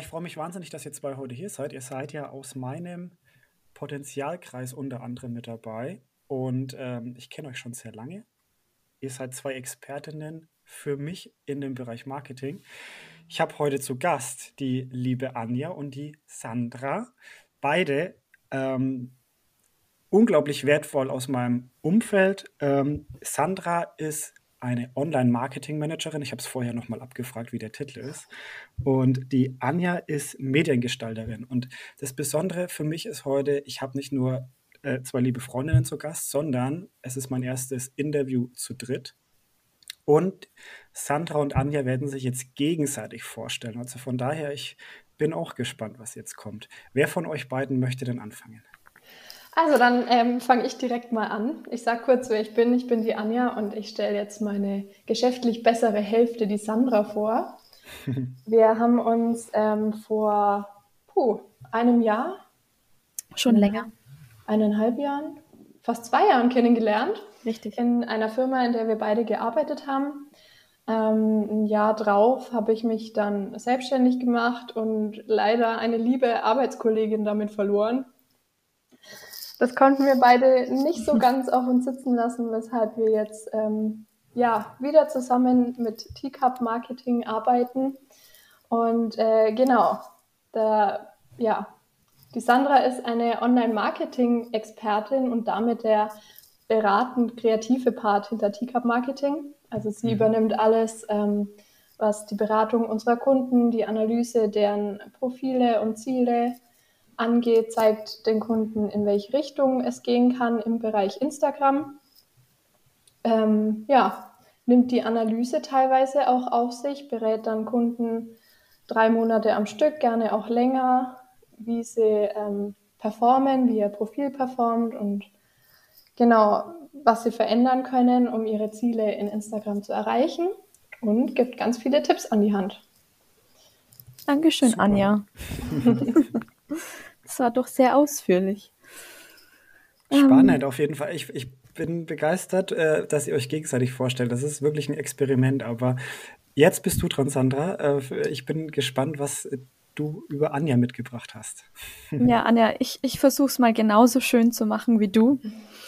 freue mich wahnsinnig, dass ihr zwei heute hier seid. Ihr seid ja aus meinem Potenzialkreis unter anderem mit dabei und ich kenne euch schon sehr lange. Ihr seid zwei Expertinnen für mich in dem Bereich Marketing. Ich habe heute zu Gast die liebe Anja und die Sandra. Beide unglaublich wertvoll aus meinem Umfeld. Sandra ist eine Online-Marketing-Managerin. Ich habe es vorher nochmal abgefragt, wie der Titel ist. Und die Anja ist Mediengestalterin. Und das Besondere für mich ist heute, ich habe nicht nur zwei liebe Freundinnen zu Gast, sondern es ist mein erstes Interview zu dritt. Und Sandra und Anja werden sich jetzt gegenseitig vorstellen. Also von daher, ich bin auch gespannt, was jetzt kommt. Wer von euch beiden möchte denn anfangen? Also dann fange ich direkt mal an. Ich sage kurz, wer ich bin. Ich bin die Anja und ich stelle jetzt meine geschäftlich bessere Hälfte, die Sandra, vor. Wir haben uns vor einem Jahr, Schon länger. 1,5 Jahren, fast 2 Jahren kennengelernt. Richtig. In einer Firma, in der wir beide gearbeitet haben. Ein Jahr drauf habe ich mich dann selbstständig gemacht und leider eine liebe Arbeitskollegin damit verloren. Das konnten wir beide nicht so ganz auf uns sitzen lassen, weshalb wir jetzt wieder zusammen mit Teacup Marketing arbeiten. Und die Sandra ist eine Online-Marketing-Expertin und damit der beratend kreative Part hinter Teacup Marketing. Also sie übernimmt alles, was die Beratung unserer Kunden, die Analyse deren Profile und Ziele angeht, zeigt den Kunden, in welche Richtung es gehen kann im Bereich Instagram. Nimmt die Analyse teilweise auch auf sich, berät dann Kunden 3 Monate am Stück, gerne auch länger, wie sie performen, wie ihr Profil performt und genau, was sie verändern können, um ihre Ziele in Instagram zu erreichen und gibt ganz viele Tipps an die Hand. Dankeschön, Super. Anja. Das war doch sehr ausführlich. Spannend auf jeden Fall. Ich bin begeistert, dass ihr euch gegenseitig vorstellt. Das ist wirklich ein Experiment. Aber jetzt bist du dran, Sandra. Ich bin gespannt, was du über Anja mitgebracht hast. Ja, Anja, ich versuche es mal genauso schön zu machen wie du.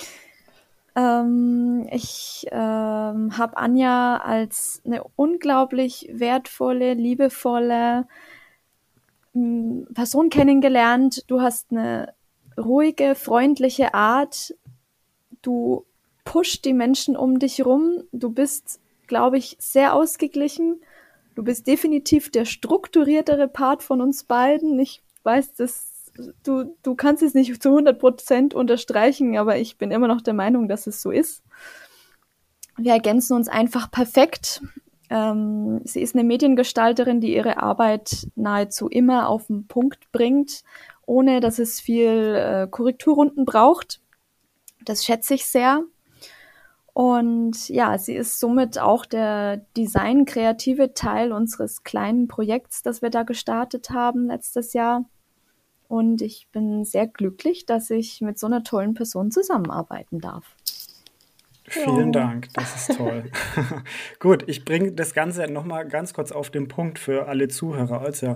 Ich habe Anja als eine unglaublich wertvolle, liebevolle Person kennengelernt. Du hast eine ruhige, freundliche Art. Du pusht die Menschen um dich rum. Du bist, glaube ich, sehr ausgeglichen. Du bist definitiv der strukturiertere Part von uns beiden. Ich weiß, du kannst es nicht zu 100% unterstreichen, aber ich bin immer noch der Meinung, dass es so ist. Wir ergänzen uns einfach perfekt. Sie ist eine Mediengestalterin, die ihre Arbeit nahezu immer auf den Punkt bringt, ohne dass es viel Korrekturrunden braucht. Das schätze ich sehr. Und ja, sie ist somit auch der design-kreative Teil unseres kleinen Projekts, das wir da gestartet haben letztes Jahr. Und ich bin sehr glücklich, dass ich mit so einer tollen Person zusammenarbeiten darf. Vielen Dank, das ist toll. Gut, ich bringe das Ganze nochmal ganz kurz auf den Punkt für alle Zuhörer. Also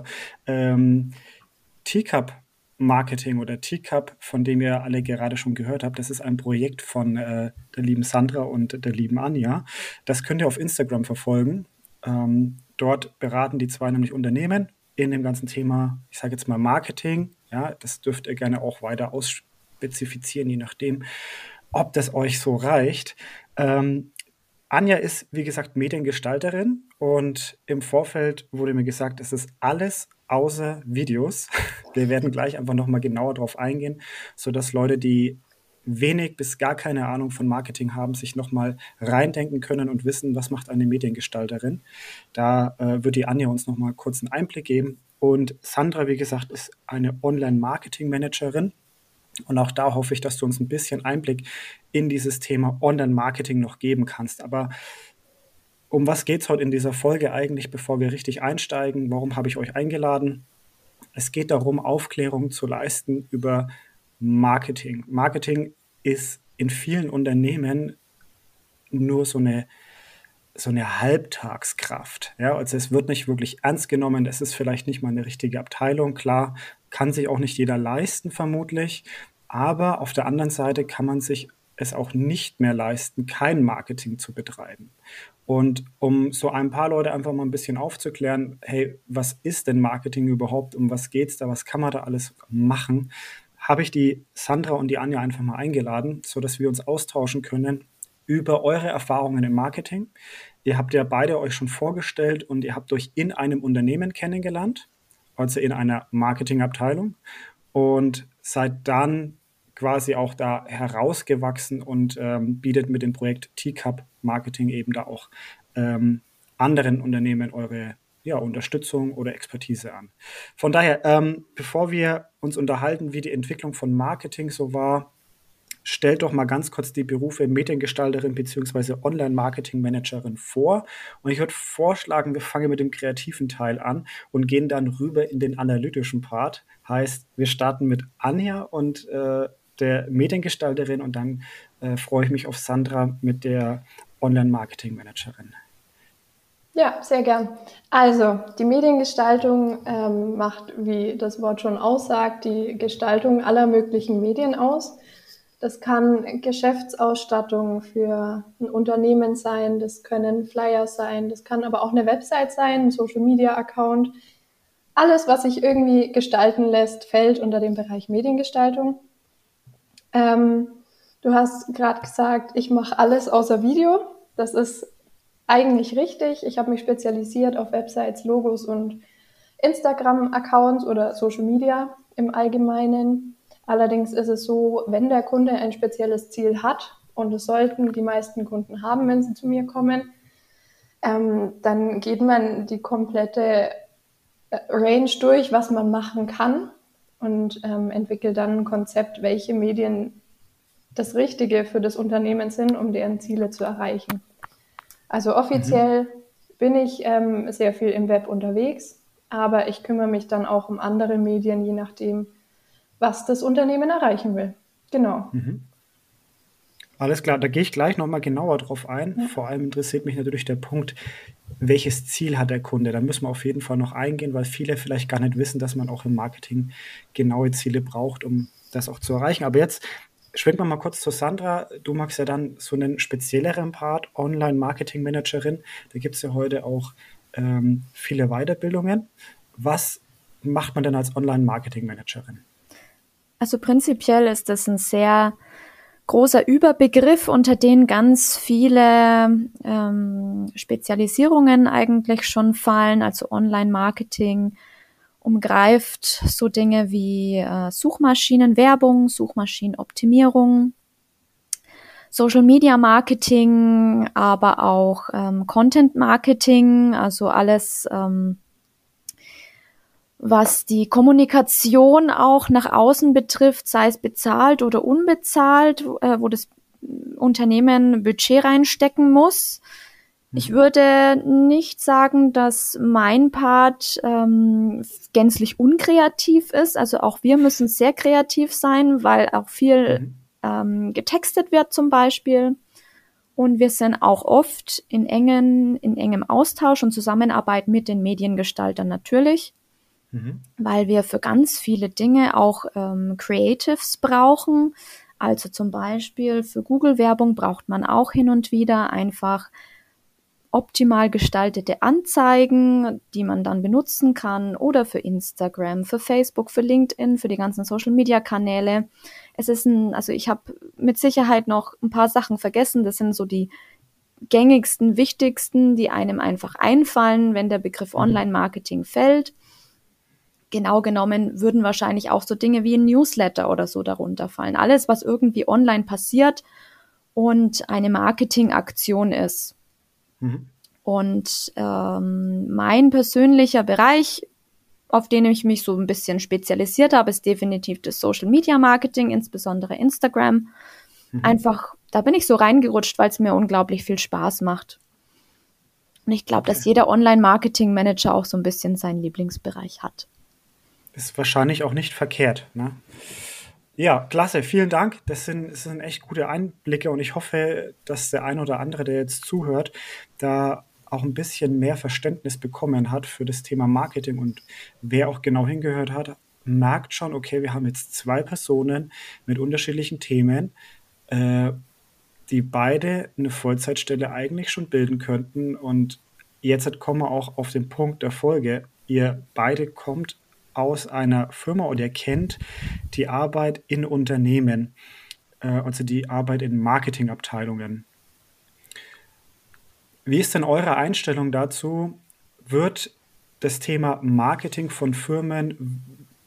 Teacup Marketing oder Teacup, von dem ihr alle gerade schon gehört habt, das ist ein Projekt von der lieben Sandra und der lieben Anja. Das könnt ihr auf Instagram verfolgen. Dort beraten die zwei nämlich Unternehmen in dem ganzen Thema, ich sage jetzt mal Marketing. Ja, das dürft ihr gerne auch weiter ausspezifizieren, je nachdem, ob das euch so reicht. Anja ist, wie gesagt, Mediengestalterin und im Vorfeld wurde mir gesagt, es ist alles außer Videos. Wir werden gleich einfach nochmal genauer drauf eingehen, sodass Leute, die wenig bis gar keine Ahnung von Marketing haben, sich nochmal reindenken können und wissen, was macht eine Mediengestalterin. Da wird die Anja uns nochmal kurz einen Einblick geben. Und Sandra, wie gesagt, ist eine Online-Marketing-Managerin. Und auch da hoffe ich, dass du uns ein bisschen Einblick in dieses Thema Online-Marketing noch geben kannst. Aber um was geht es heute in dieser Folge eigentlich, bevor wir richtig einsteigen? Warum habe ich euch eingeladen? Es geht darum, Aufklärung zu leisten über Marketing. Marketing ist in vielen Unternehmen nur so eine so eine Halbtagskraft. Ja, also es wird nicht wirklich ernst genommen. Es ist vielleicht nicht mal eine richtige Abteilung. Klar, kann sich auch nicht jeder leisten, vermutlich. Aber auf der anderen Seite kann man sich es auch nicht mehr leisten, kein Marketing zu betreiben. Und um so ein paar Leute einfach mal ein bisschen aufzuklären, hey, was ist denn Marketing überhaupt? Um was geht's da? Was kann man da alles machen? Habe ich die Sandra und die Anja einfach mal eingeladen, sodass wir uns austauschen können über eure Erfahrungen im Marketing. Ihr habt ja beide euch schon vorgestellt und ihr habt euch in einem Unternehmen kennengelernt, also in einer Marketingabteilung und seid dann quasi auch da herausgewachsen und bietet mit dem Projekt Teacup Marketing eben da auch anderen Unternehmen eure Unterstützung oder Expertise an. Von daher, bevor wir uns unterhalten, wie die Entwicklung von Marketing so war, stellt doch mal ganz kurz die Berufe Mediengestalterin bzw. Online-Marketing-Managerin vor. Und ich würde vorschlagen, wir fangen mit dem kreativen Teil an und gehen dann rüber in den analytischen Part. Heißt, wir starten mit Anja und der Mediengestalterin und dann freue ich mich auf Sandra mit der Online-Marketing-Managerin. Ja, sehr gern. Also, die Mediengestaltung macht, wie das Wort schon aussagt, die Gestaltung aller möglichen Medien aus. Das kann Geschäftsausstattung für ein Unternehmen sein, das können Flyer sein, das kann aber auch eine Website sein, ein Social-Media-Account. Alles, was sich irgendwie gestalten lässt, fällt unter den Bereich Mediengestaltung. Du hast gerade gesagt, ich mache alles außer Video. Das ist eigentlich richtig. Ich habe mich spezialisiert auf Websites, Logos und Instagram-Accounts oder Social Media im Allgemeinen. Allerdings ist es so, wenn der Kunde ein spezielles Ziel hat, und das sollten die meisten Kunden haben, wenn sie zu mir kommen, dann geht man die komplette Range durch, was man machen kann und entwickelt dann ein Konzept, welche Medien das Richtige für das Unternehmen sind, um deren Ziele zu erreichen. Also offiziell bin ich sehr viel im Web unterwegs, aber ich kümmere mich dann auch um andere Medien, je nachdem, was das Unternehmen erreichen will. Genau. Alles klar, da gehe ich gleich nochmal genauer drauf ein. Ja. Vor allem interessiert mich natürlich der Punkt, welches Ziel hat der Kunde? Da müssen wir auf jeden Fall noch eingehen, weil viele vielleicht gar nicht wissen, dass man auch im Marketing genaue Ziele braucht, um das auch zu erreichen. Aber jetzt schwenken wir mal kurz zu Sandra. Du magst ja dann so einen spezielleren Part, Online-Marketing-Managerin. Da gibt es ja heute auch viele Weiterbildungen. Was macht man denn als Online-Marketing-Managerin? Also prinzipiell ist das ein sehr großer Überbegriff, unter den ganz viele Spezialisierungen eigentlich schon fallen. Also Online-Marketing umgreift so Dinge wie Suchmaschinenwerbung, Suchmaschinenoptimierung, Social-Media-Marketing, aber auch Content-Marketing, also alles was die Kommunikation auch nach außen betrifft, sei es bezahlt oder unbezahlt, wo das Unternehmen Budget reinstecken muss. Ich würde nicht sagen, dass mein Part gänzlich unkreativ ist. Also auch wir müssen sehr kreativ sein, weil auch viel getextet wird zum Beispiel. Und wir sind auch oft in engem Austausch und Zusammenarbeit mit den Mediengestaltern natürlich. Weil wir für ganz viele Dinge auch Creatives brauchen. Also zum Beispiel für Google-Werbung braucht man auch hin und wieder einfach optimal gestaltete Anzeigen, die man dann benutzen kann, oder für Instagram, für Facebook, für LinkedIn, für die ganzen Social-Media-Kanäle. Also ich habe mit Sicherheit noch ein paar Sachen vergessen. Das sind so die gängigsten, wichtigsten, die einem einfach einfallen, wenn der Begriff Online-Marketing fällt. Genau genommen würden wahrscheinlich auch so Dinge wie ein Newsletter oder so darunter fallen. Alles, was irgendwie online passiert und eine Marketingaktion ist. Und mein persönlicher Bereich, auf den ich mich so ein bisschen spezialisiert habe, ist definitiv das Social Media Marketing, insbesondere Instagram. Einfach, da bin ich so reingerutscht, weil es mir unglaublich viel Spaß macht. Und ich glaube, dass jeder Online-Marketing-Manager auch so ein bisschen seinen Lieblingsbereich hat. Ist wahrscheinlich auch nicht verkehrt, ne? Ja, klasse, vielen Dank. Das sind echt gute Einblicke und ich hoffe, dass der ein oder andere, der jetzt zuhört, da auch ein bisschen mehr Verständnis bekommen hat für das Thema Marketing und wer auch genau hingehört hat, merkt schon, okay, wir haben jetzt zwei Personen mit unterschiedlichen Themen, äh, die beide eine Vollzeitstelle eigentlich schon bilden könnten. Und jetzt kommen wir auch auf den Punkt der Folge. Ihr beide kommt aus einer Firma oder ihr kennt die Arbeit in Unternehmen, also die Arbeit in Marketingabteilungen. Wie ist denn eure Einstellung dazu? Wird das Thema Marketing von Firmen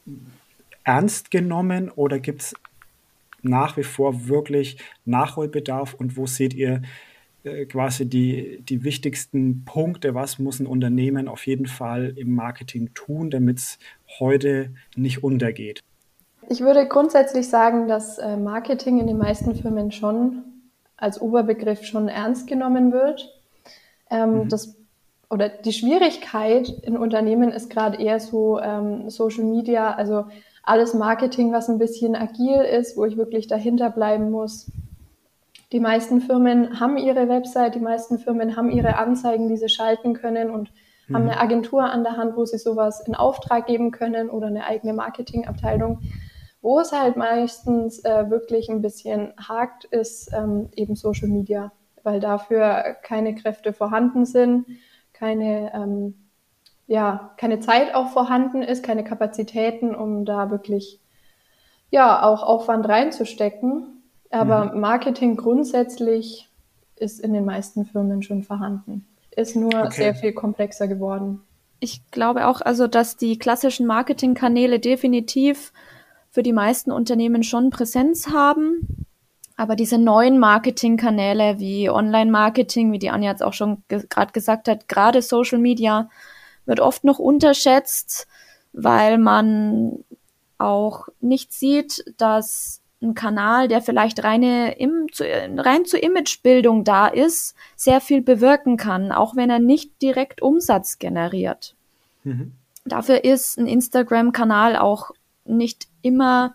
ernst genommen oder gibt es nach wie vor wirklich Nachholbedarf und wo seht ihr quasi die wichtigsten Punkte, was muss ein Unternehmen auf jeden Fall im Marketing tun, damit es heute nicht untergeht? Ich würde grundsätzlich sagen, dass Marketing in den meisten Firmen schon als Oberbegriff schon ernst genommen wird. Mhm. Oder die Schwierigkeit in Unternehmen ist gerade eher so Social Media, also alles Marketing, was ein bisschen agil ist, wo ich wirklich dahinter bleiben muss. Die meisten Firmen haben ihre Website, die meisten Firmen haben ihre Anzeigen, die sie schalten können und haben eine Mhm. Agentur an der Hand, wo sie sowas in Auftrag geben können oder eine eigene Marketingabteilung. Wo es halt meistens wirklich ein bisschen hakt, ist eben Social Media, weil dafür keine Kräfte vorhanden sind, keine, keine Zeit auch vorhanden ist, keine Kapazitäten, um da wirklich auch Aufwand reinzustecken. Aber Mhm. Marketing grundsätzlich ist in den meisten Firmen schon vorhanden. Ist nur Okay. sehr viel komplexer geworden. Ich glaube auch, also, dass die klassischen Marketingkanäle definitiv für die meisten Unternehmen schon Präsenz haben. Aber diese neuen Marketingkanäle wie Online-Marketing, wie die Anja jetzt auch schon gerade gesagt hat, gerade Social Media, wird oft noch unterschätzt, weil man auch nicht sieht, dass ein Kanal, der vielleicht rein zur Imagebildung da ist, sehr viel bewirken kann, auch wenn er nicht direkt Umsatz generiert. Mhm. Dafür ist ein Instagram-Kanal auch nicht immer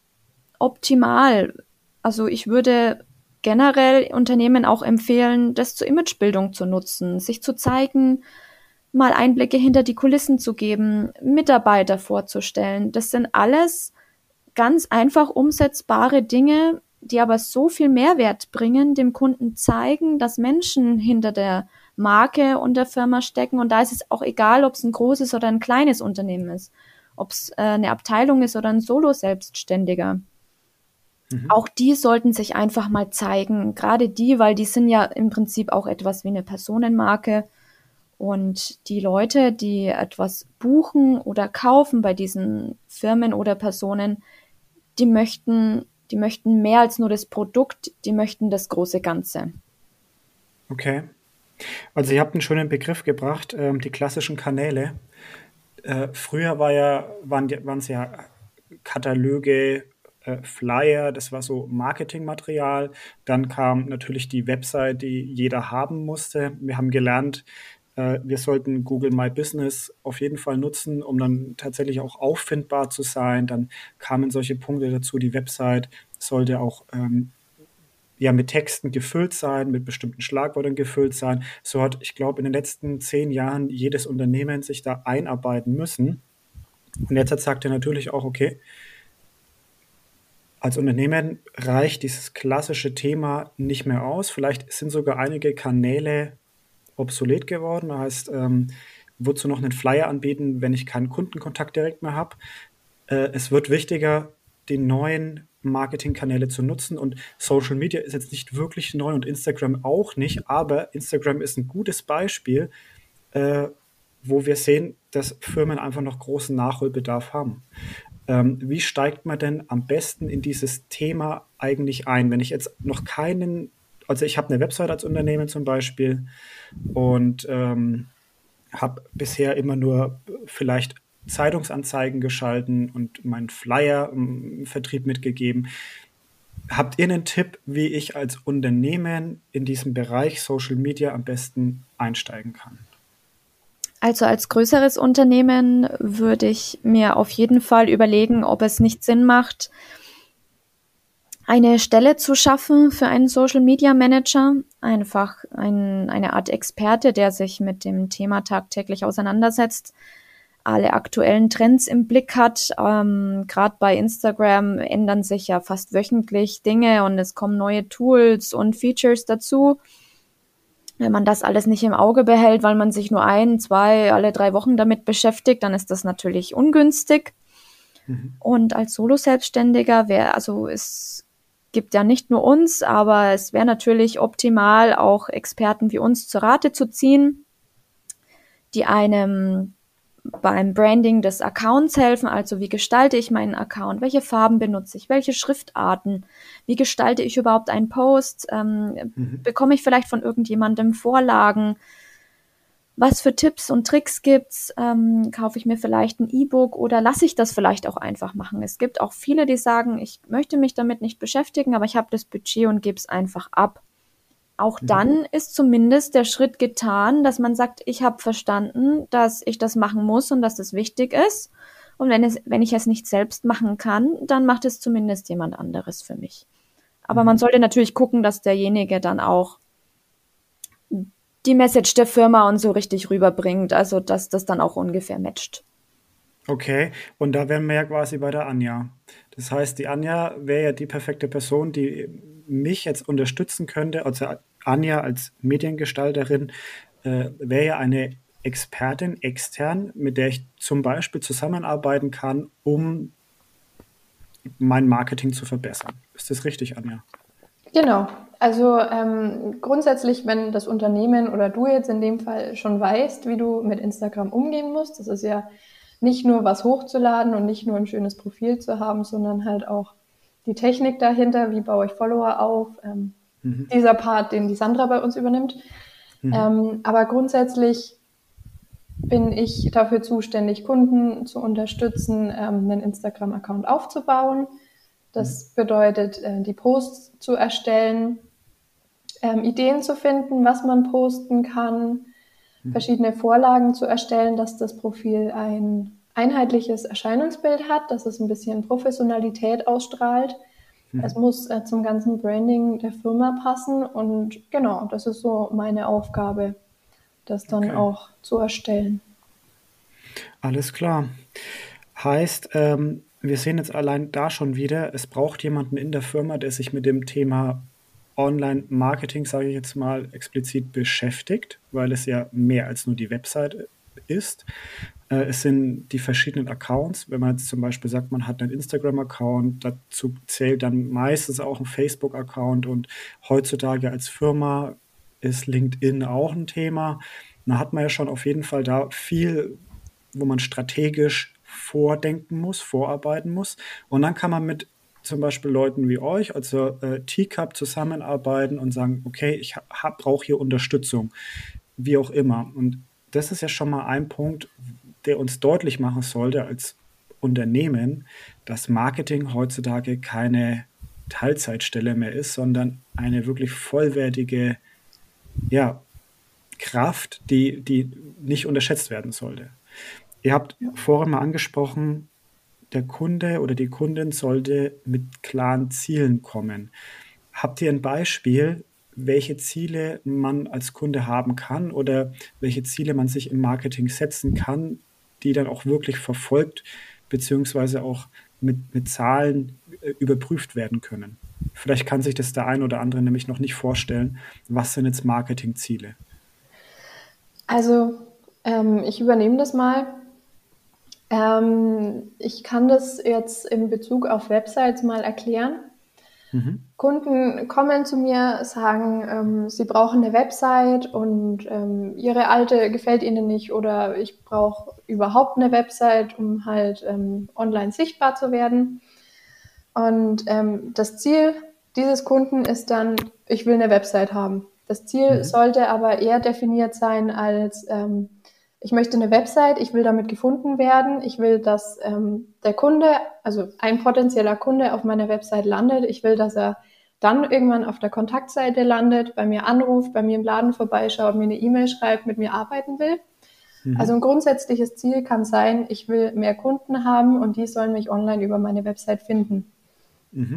optimal. Also ich würde generell Unternehmen auch empfehlen, das zur Imagebildung zu nutzen, sich zu zeigen, mal Einblicke hinter die Kulissen zu geben, Mitarbeiter vorzustellen. Das sind alles ganz einfach umsetzbare Dinge, die aber so viel Mehrwert bringen, dem Kunden zeigen, dass Menschen hinter der Marke und der Firma stecken. Und da ist es auch egal, ob es ein großes oder ein kleines Unternehmen ist, ob es eine Abteilung ist oder ein Solo-Selbstständiger. Mhm. Auch die sollten sich einfach mal zeigen. Gerade die, weil die sind ja im Prinzip auch etwas wie eine Personenmarke. Und die Leute, die etwas buchen oder kaufen bei diesen Firmen oder Personen, die möchten mehr als nur das Produkt, die möchten das große Ganze. Okay. Also ihr habt einen schönen Begriff gebracht, die klassischen Kanäle. Früher waren es ja Kataloge, Flyer, das war so Marketingmaterial. Dann kam natürlich die Website, die jeder haben musste. Wir haben gelernt, wir sollten Google My Business auf jeden Fall nutzen, um dann tatsächlich auch auffindbar zu sein. Dann kamen solche Punkte dazu, die Website sollte auch ja, mit Texten gefüllt sein, mit bestimmten Schlagwörtern gefüllt sein. So hat, ich glaube, in den letzten 10 Jahren jedes Unternehmen sich da einarbeiten müssen. Und jetzt sagt er natürlich auch, okay, als Unternehmen reicht dieses klassische Thema nicht mehr aus. Vielleicht sind sogar einige Kanäle obsolet geworden. Das heißt, wozu noch einen Flyer anbieten, wenn ich keinen Kundenkontakt direkt mehr habe? Es wird wichtiger, die neuen Marketingkanäle zu nutzen. Und Social Media ist jetzt nicht wirklich neu und Instagram auch nicht, aber Instagram ist ein gutes Beispiel, äh, wo wir sehen, dass Firmen einfach noch großen Nachholbedarf haben. Wie steigt man denn am besten in dieses Thema eigentlich ein? Wenn ich jetzt noch keinen, also ich habe eine Website als Unternehmen zum Beispiel und habe bisher immer nur vielleicht Zeitungsanzeigen geschalten und meinen Flyer im Vertrieb mitgegeben. Habt ihr einen Tipp, wie ich als Unternehmen in diesem Bereich Social Media am besten einsteigen kann? Also als größeres Unternehmen würde ich mir auf jeden Fall überlegen, ob es nicht Sinn macht, eine Stelle zu schaffen für einen Social Media Manager, einfach eine Art Experte, der sich mit dem Thema tagtäglich auseinandersetzt, alle aktuellen Trends im Blick hat. Gerade bei Instagram ändern sich ja fast wöchentlich Dinge und es kommen neue Tools und Features dazu. Wenn man das alles nicht im Auge behält, weil man sich nur ein, zwei, alle 3 Wochen damit beschäftigt, dann ist das natürlich ungünstig. Und als Solo-Selbstständiger es gibt ja nicht nur uns, aber es wäre natürlich optimal, auch Experten wie uns zur Rate zu ziehen, die einem beim Branding des Accounts helfen, also wie gestalte ich meinen Account, welche Farben benutze ich, welche Schriftarten, wie gestalte ich überhaupt einen Post, bekomme ich vielleicht von irgendjemandem Vorlagen, was für Tipps und Tricks gibt's, kaufe ich mir vielleicht ein E-Book oder lasse ich das vielleicht auch einfach machen. Es gibt auch viele, die sagen, ich möchte mich damit nicht beschäftigen, aber ich habe das Budget und gebe es einfach ab. Auch dann ist zumindest der Schritt getan, dass man sagt, ich habe verstanden, dass ich das machen muss und dass das wichtig ist. Und wenn ich es nicht selbst machen kann, dann macht es zumindest jemand anderes für mich. Aber man sollte natürlich gucken, dass derjenige dann auch die Message der Firma und so richtig rüberbringt, also dass das dann auch ungefähr matcht. Okay, und da wären wir ja quasi bei der Anja. Das heißt, die Anja wäre ja die perfekte Person, die mich jetzt unterstützen könnte. Also Anja als Mediengestalterin wäre ja eine Expertin extern, mit der ich zum Beispiel zusammenarbeiten kann, um mein Marketing zu verbessern. Ist das richtig, Anja? Genau. Also grundsätzlich, wenn das Unternehmen oder du jetzt in dem Fall schon weißt, wie du mit Instagram umgehen musst, das ist ja nicht nur was hochzuladen und nicht nur ein schönes Profil zu haben, sondern halt auch die Technik dahinter, wie baue ich Follower auf, dieser Part, den die Sandra bei uns übernimmt. Aber grundsätzlich bin ich dafür zuständig, Kunden zu unterstützen, einen Instagram-Account aufzubauen. Das bedeutet, die Posts zu erstellen, Ideen zu finden, was man posten kann, verschiedene Vorlagen zu erstellen, dass das Profil ein einheitliches Erscheinungsbild hat, dass es ein bisschen Professionalität ausstrahlt. Es muss zum ganzen Branding der Firma passen und genau, das ist so meine Aufgabe, das dann Okay, auch zu erstellen. alles klar. Heißt, wir sehen jetzt allein da schon wieder, es braucht jemanden in der Firma, der sich mit dem Thema Online-Marketing, sage ich jetzt mal, explizit beschäftigt, weil es ja mehr als nur die Website ist. Es sind die verschiedenen Accounts. Wenn man jetzt zum Beispiel sagt, man hat einen Instagram-Account, dazu zählt dann meistens auch ein Facebook-Account und heutzutage als Firma ist LinkedIn auch ein Thema. Da hat man ja schon auf jeden Fall da viel, wo man strategisch vordenken muss, vorarbeiten muss. Und dann kann man mit zum Beispiel Leuten wie euch, also Teacup, zusammenarbeiten und sagen, okay, ich brauche hier Unterstützung, wie auch immer. Und das ist ja schon mal ein Punkt, der uns deutlich machen sollte als Unternehmen, dass Marketing heutzutage keine Teilzeitstelle mehr ist, sondern eine wirklich vollwertige, ja, Kraft, die nicht unterschätzt werden sollte. Ihr habt vorhin mal angesprochen, der Kunde oder die Kundin sollte mit klaren Zielen kommen. Habt ihr ein Beispiel, welche Ziele man als Kunde haben kann oder welche Ziele man sich im Marketing setzen kann, die dann auch wirklich verfolgt beziehungsweise auch mit Zahlen überprüft werden können? Vielleicht kann sich das der ein oder andere nämlich noch nicht vorstellen. Was sind jetzt Marketingziele? Also ich übernehme das mal. Ich kann das jetzt in Bezug auf Websites mal erklären. Kunden kommen zu mir, sagen, sie brauchen eine Website und ihre alte gefällt ihnen nicht oder ich brauche überhaupt eine Website, um halt online sichtbar zu werden. Und das Ziel dieses Kunden ist dann, ich will eine Website haben. Das Ziel sollte aber eher definiert sein als ich möchte eine Website, ich will damit gefunden werden, ich will, dass der Kunde, also ein potenzieller Kunde auf meiner Website landet, ich will, dass er dann irgendwann auf der Kontaktseite landet, bei mir anruft, bei mir im Laden vorbeischaut, mir eine E-Mail schreibt, mit mir arbeiten will. Also ein grundsätzliches Ziel kann sein, ich will mehr Kunden haben und die sollen mich online über meine Website finden.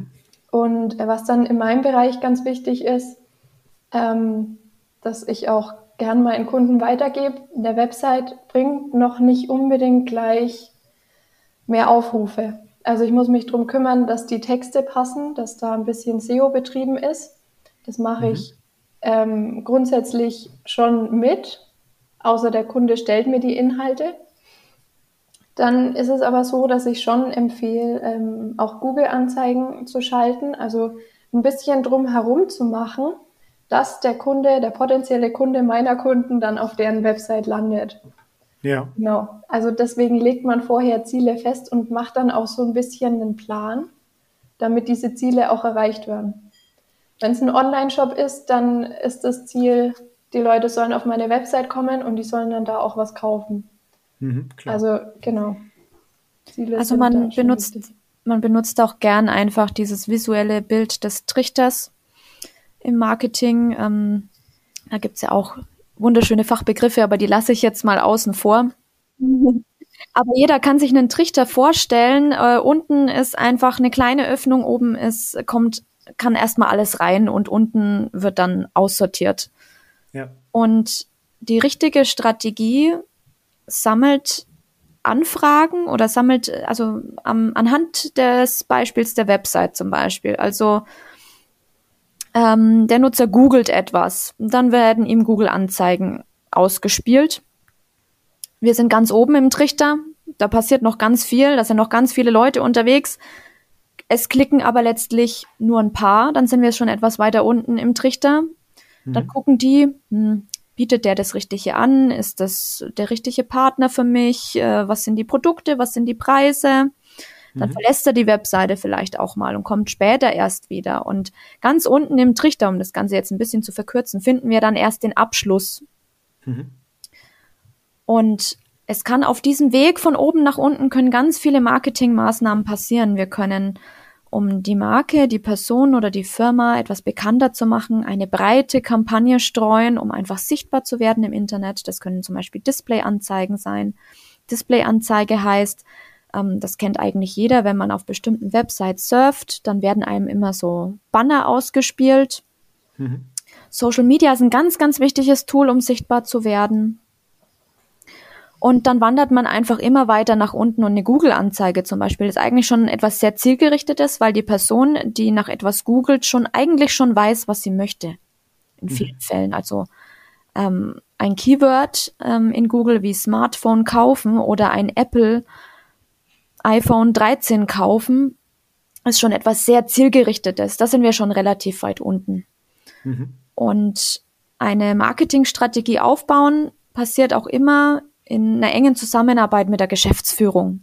Und was dann in meinem Bereich ganz wichtig ist, dass ich auch gern meinen Kunden weitergebe, eine Website bringt noch nicht unbedingt gleich mehr Aufrufe. Also ich muss mich darum kümmern, dass die Texte passen, dass da ein bisschen SEO betrieben ist. Das mache ich grundsätzlich schon mit, außer der Kunde stellt mir die Inhalte. Dann ist es aber so, dass ich schon empfehle, auch Google-Anzeigen zu schalten, also ein bisschen drum herum zu machen, dass der Kunde, der potenzielle Kunde meiner Kunden dann auf deren Website landet. Ja. Genau. Also deswegen legt man vorher Ziele fest und macht dann auch so ein bisschen einen Plan, damit diese Ziele auch erreicht werden. Wenn es ein Online-Shop ist, dann ist das Ziel, die Leute sollen auf meine Website kommen und die sollen dann da auch was kaufen. Klar. Also genau. Ziele Also sind man da schon benutzt, wichtig. man benutzt auch gern einfach dieses visuelle Bild des Trichters im Marketing. Da gibt's ja auch wunderschöne Fachbegriffe, aber die lasse ich jetzt mal außen vor. Aber jeder kann sich einen Trichter vorstellen. Unten ist einfach eine kleine Öffnung, oben kann erstmal alles rein und unten wird dann aussortiert. Ja. Und die richtige Strategie sammelt Anfragen oder sammelt, also anhand des Beispiels der Website zum Beispiel. Also der Nutzer googelt etwas, dann werden ihm Google-Anzeigen ausgespielt. Wir sind ganz oben im Trichter, da passiert noch ganz viel, da sind noch ganz viele Leute unterwegs. Es klicken aber letztlich nur ein paar, dann sind wir schon etwas weiter unten im Trichter. Dann gucken die, bietet der das Richtige an? Ist das der richtige Partner für mich? Was sind die Produkte? Was sind die Preise? Dann verlässt er die Webseite vielleicht auch mal und kommt später erst wieder. Und ganz unten im Trichter, um das Ganze jetzt ein bisschen zu verkürzen, finden wir dann erst den Abschluss. Und es kann auf diesem Weg von oben nach unten können ganz viele Marketingmaßnahmen passieren. Wir können, um die Marke, die Person oder die Firma etwas bekannter zu machen, eine breite Kampagne streuen, um einfach sichtbar zu werden im Internet. Das können zum Beispiel Displayanzeigen sein. Displayanzeige heißt, das kennt eigentlich jeder, wenn man auf bestimmten Websites surft, dann werden einem immer so Banner ausgespielt. Social Media ist ein ganz, ganz wichtiges Tool, um sichtbar zu werden. Und dann wandert man einfach immer weiter nach unten und eine Google-Anzeige zum Beispiel ist eigentlich schon etwas sehr zielgerichtetes, weil die Person, die nach etwas googelt, eigentlich schon weiß, was sie möchte. In vielen Fällen. Also ein Keyword in Google wie Smartphone kaufen oder ein Apple iPhone 13 kaufen, ist schon etwas sehr zielgerichtetes. Da sind wir schon relativ weit unten. Und eine Marketingstrategie aufbauen passiert auch immer in einer engen Zusammenarbeit mit der Geschäftsführung.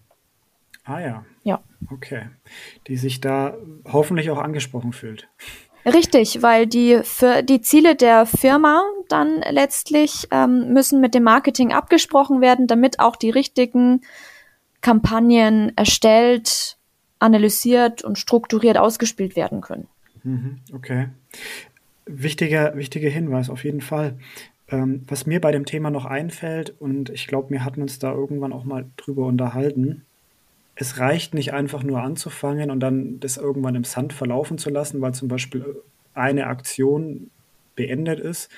Ah ja. Ja. Okay. Die sich da hoffentlich auch angesprochen fühlt. Richtig, weil die Ziele der Firma dann letztlich müssen mit dem Marketing abgesprochen werden, damit auch die richtigen Kampagnen erstellt, analysiert und strukturiert ausgespielt werden können. Okay. Wichtiger Hinweis auf jeden Fall. Was mir bei dem Thema noch einfällt, und ich glaube, wir hatten uns da irgendwann auch mal drüber unterhalten, es reicht nicht einfach nur anzufangen und dann das irgendwann im Sand verlaufen zu lassen, weil zum Beispiel eine Aktion beendet ist.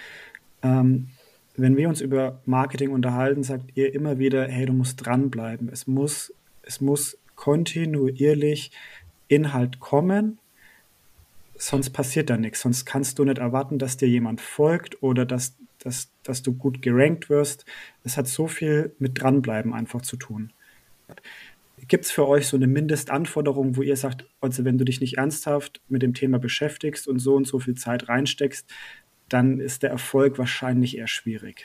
Wenn wir uns über Marketing unterhalten, sagt ihr immer wieder, hey, du musst dranbleiben. Es muss kontinuierlich Inhalt kommen, sonst passiert da nichts. Sonst kannst du nicht erwarten, dass dir jemand folgt oder dass du gut gerankt wirst. Es hat so viel mit dranbleiben einfach zu tun. Gibt es für euch so eine Mindestanforderung, wo ihr sagt, also wenn du dich nicht ernsthaft mit dem Thema beschäftigst und so viel Zeit reinsteckst, dann ist der Erfolg wahrscheinlich eher schwierig?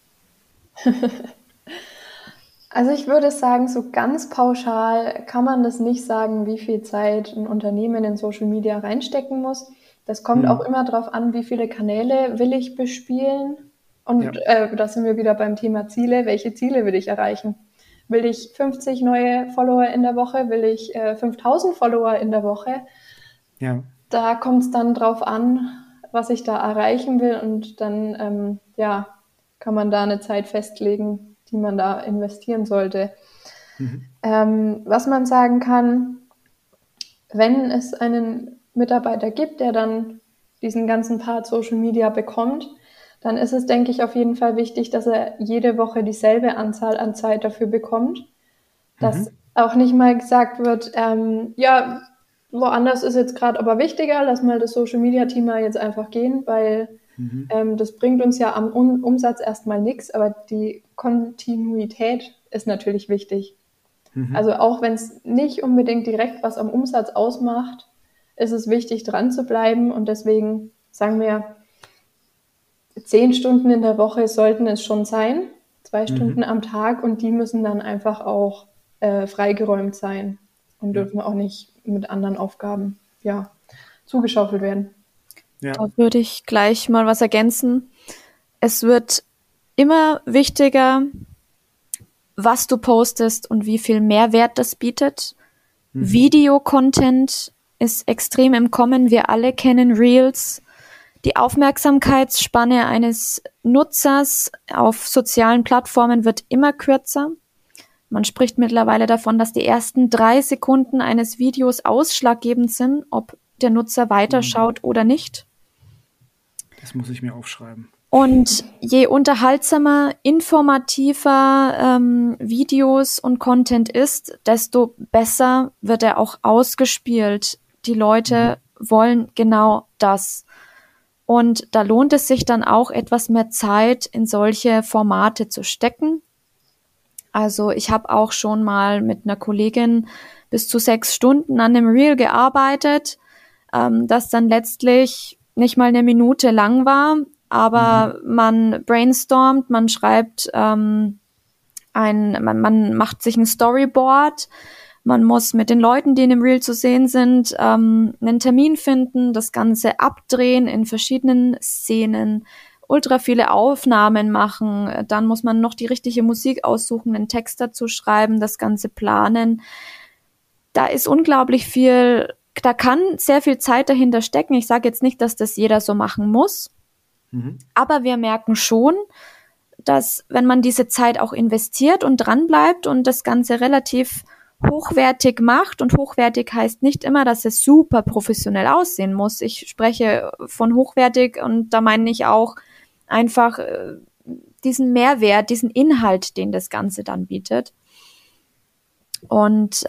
Also ich würde sagen, so ganz pauschal kann man das nicht sagen, wie viel Zeit ein Unternehmen in Social Media reinstecken muss. Das kommt auch immer darauf an, wie viele Kanäle will ich bespielen. Und da sind wir wieder beim Thema Ziele. Welche Ziele will ich erreichen? Will ich 50 neue Follower in der Woche? Will ich 5000 Follower in der Woche? Ja. Da kommt es dann drauf an, was ich da erreichen will. Und dann kann man da eine Zeit festlegen, die man da investieren sollte. Was man sagen kann, wenn es einen Mitarbeiter gibt, der dann diesen ganzen Part Social Media bekommt, dann ist es, denke ich, auf jeden Fall wichtig, dass er jede Woche dieselbe Anzahl an Zeit dafür bekommt. Dass auch nicht mal gesagt wird, ja, woanders ist jetzt gerade aber wichtiger, lass mal das Social Media Team mal jetzt einfach gehen, weil das bringt uns ja am Umsatz erstmal nichts, aber die Kontinuität ist natürlich wichtig. Also auch wenn es nicht unbedingt direkt was am Umsatz ausmacht, ist es wichtig, dran zu bleiben. Und deswegen sagen wir, 10 Stunden in der Woche sollten es schon sein, 2 Stunden am Tag, und die müssen dann einfach auch freigeräumt sein und dürfen auch nicht mit anderen Aufgaben zugeschaufelt werden. Ja. Da würde ich gleich mal was ergänzen. Es wird immer wichtiger, was du postest und wie viel Mehrwert das bietet. Video-Content ist extrem im Kommen. Wir alle kennen Reels. Die Aufmerksamkeitsspanne eines Nutzers auf sozialen Plattformen wird immer kürzer. Man spricht mittlerweile davon, dass die ersten 3 Sekunden eines Videos ausschlaggebend sind, ob der Nutzer weiterschaut oder nicht. Das muss ich mir aufschreiben. Und je unterhaltsamer, informativer Videos und Content ist, desto besser wird er auch ausgespielt. Die Leute wollen genau das. Und da lohnt es sich dann auch, etwas mehr Zeit in solche Formate zu stecken. Also ich habe auch schon mal mit einer Kollegin bis zu 6 Stunden an dem Reel gearbeitet, das dann letztlich nicht mal eine Minute lang war, aber man brainstormt, man schreibt man macht sich ein Storyboard, man muss mit den Leuten, die in dem Reel zu sehen sind, einen Termin finden, das Ganze abdrehen in verschiedenen Szenen, ultra viele Aufnahmen machen, dann muss man noch die richtige Musik aussuchen, einen Text dazu schreiben, das Ganze planen. Da ist unglaublich viel, da kann sehr viel Zeit dahinter stecken. Ich sage jetzt nicht, dass das jeder so machen muss, aber wir merken schon, dass wenn man diese Zeit auch investiert und dranbleibt und das Ganze relativ hochwertig macht, und hochwertig heißt nicht immer, dass es super professionell aussehen muss. Ich spreche von hochwertig und da meine ich auch einfach diesen Mehrwert, diesen Inhalt, den das Ganze dann bietet. Und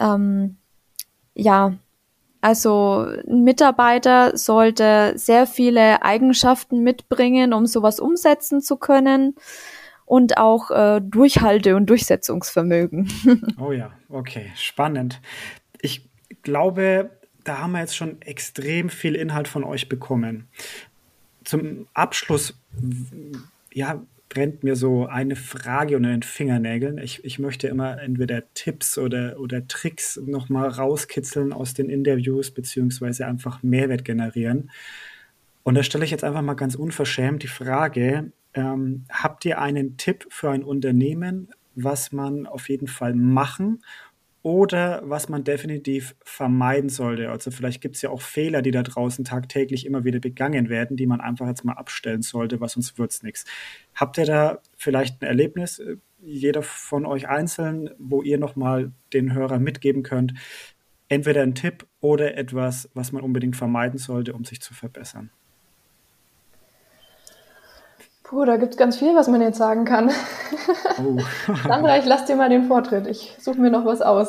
also ein Mitarbeiter sollte sehr viele Eigenschaften mitbringen, um sowas umsetzen zu können, und auch Durchhalte- und Durchsetzungsvermögen. Oh ja, okay, spannend. Ich glaube, da haben wir jetzt schon extrem viel Inhalt von euch bekommen. Zum Abschluss, brennt mir so eine Frage unter den Fingernägeln. Ich möchte immer entweder Tipps oder Tricks nochmal rauskitzeln aus den Interviews, beziehungsweise einfach Mehrwert generieren. Und da stelle ich jetzt einfach mal ganz unverschämt die Frage, habt ihr einen Tipp für ein Unternehmen, was man auf jeden Fall machen oder was man definitiv vermeiden sollte? Also vielleicht gibt es ja auch Fehler, die da draußen tagtäglich immer wieder begangen werden, die man einfach jetzt mal abstellen sollte, weil sonst wird es nichts. Habt ihr da vielleicht ein Erlebnis, jeder von euch einzeln, wo ihr nochmal den Hörern mitgeben könnt, entweder ein Tipp oder etwas, was man unbedingt vermeiden sollte, um sich zu verbessern? Puh, da gibt es ganz viel, was man jetzt sagen kann. Oh. Sandra, ich lasse dir mal den Vortritt. Ich suche mir noch was aus.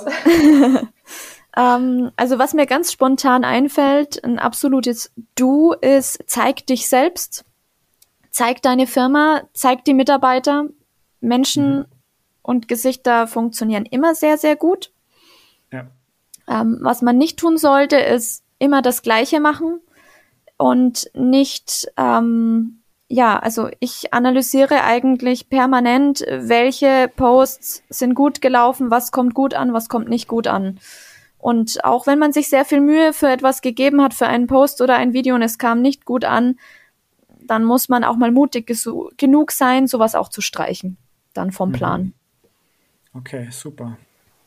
Also was mir ganz spontan einfällt, ein absolutes Du ist, zeig dich selbst, zeig deine Firma, zeig die Mitarbeiter. Menschen und Gesichter funktionieren immer sehr, sehr gut. Ja. Was man nicht tun sollte, ist immer das Gleiche machen und nicht, also ich analysiere eigentlich permanent, welche Posts sind gut gelaufen, was kommt gut an, was kommt nicht gut an. Und auch wenn man sich sehr viel Mühe für etwas gegeben hat, für einen Post oder ein Video und es kam nicht gut an, dann muss man auch mal mutig genug sein, sowas auch zu streichen, dann vom Plan. Okay, super.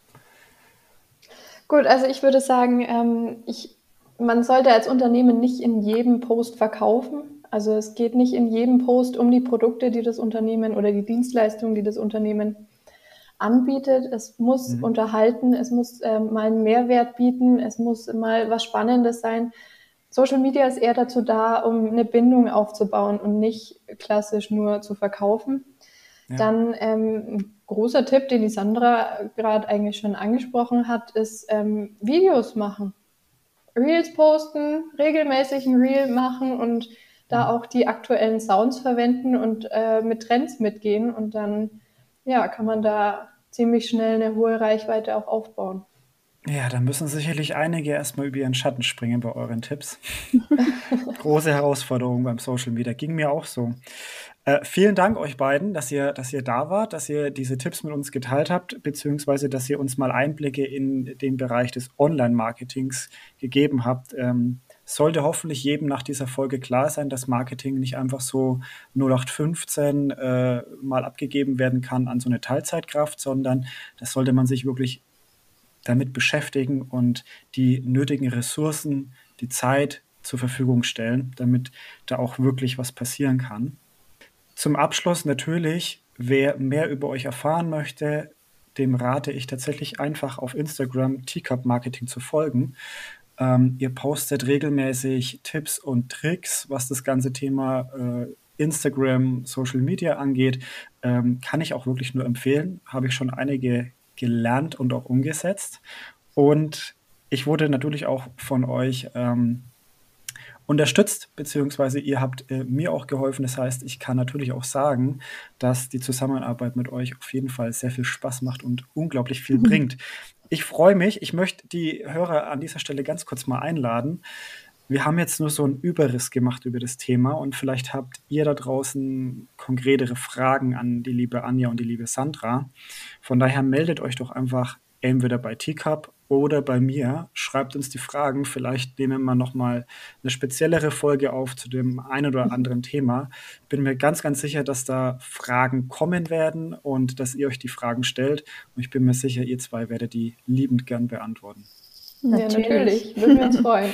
Gut, also ich würde sagen, man sollte als Unternehmen nicht in jedem Post verkaufen. Also es geht nicht in jedem Post um die Produkte, die das Unternehmen oder die Dienstleistungen, die das Unternehmen anbietet. Es muss unterhalten, es muss mal einen Mehrwert bieten, es muss mal was Spannendes sein. Social Media ist eher dazu da, um eine Bindung aufzubauen und nicht klassisch nur zu verkaufen. Ja. Dann ein großer Tipp, den die Sandra gerade eigentlich schon angesprochen hat, ist Videos machen. Reels posten, regelmäßig ein Reel machen und da auch die aktuellen Sounds verwenden und mit Trends mitgehen. Und dann kann man da ziemlich schnell eine hohe Reichweite auch aufbauen. Ja, da müssen sicherlich einige erstmal über ihren Schatten springen bei euren Tipps. Große Herausforderung beim Social Media. Ging mir auch so. Vielen Dank euch beiden, dass ihr da wart, dass ihr diese Tipps mit uns geteilt habt, beziehungsweise dass ihr uns mal Einblicke in den Bereich des Online-Marketings gegeben habt. Sollte hoffentlich jedem nach dieser Folge klar sein, dass Marketing nicht einfach so 0815 mal abgegeben werden kann an so eine Teilzeitkraft, sondern das sollte man sich wirklich damit beschäftigen und die nötigen Ressourcen, die Zeit zur Verfügung stellen, damit da auch wirklich was passieren kann. Zum Abschluss natürlich, wer mehr über euch erfahren möchte, dem rate ich tatsächlich einfach auf Instagram Teacup Marketing zu folgen. Ihr postet regelmäßig Tipps und Tricks, was das ganze Thema Instagram, Social Media angeht. Kann ich auch wirklich nur empfehlen. Habe ich schon einige gelernt und auch umgesetzt. Und ich wurde natürlich auch von euch unterstützt, beziehungsweise ihr habt mir auch geholfen. Das heißt, ich kann natürlich auch sagen, dass die Zusammenarbeit mit euch auf jeden Fall sehr viel Spaß macht und unglaublich viel bringt. Ich freue mich. Ich möchte die Hörer an dieser Stelle ganz kurz mal einladen. Wir haben jetzt nur so einen Überriss gemacht über das Thema und vielleicht habt ihr da draußen konkretere Fragen an die liebe Anja und die liebe Sandra. Von daher meldet euch doch einfach entweder bei Teacup oder bei mir. Schreibt uns die Fragen. Vielleicht nehmen wir nochmal eine speziellere Folge auf zu dem einen oder anderen Thema. Bin mir ganz, ganz sicher, dass da Fragen kommen werden und dass ihr euch die Fragen stellt. Und ich bin mir sicher, ihr zwei werdet die liebend gern beantworten. Natürlich. Würden wir uns freuen.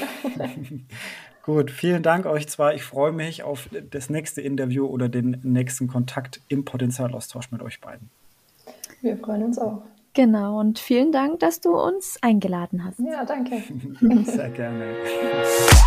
Gut, vielen Dank euch zwei. Ich freue mich auf das nächste Interview oder den nächsten Kontakt im Potenzialaustausch mit euch beiden. Wir freuen uns auch. Genau, und vielen Dank, dass du uns eingeladen hast. Ja, danke. Sehr gerne.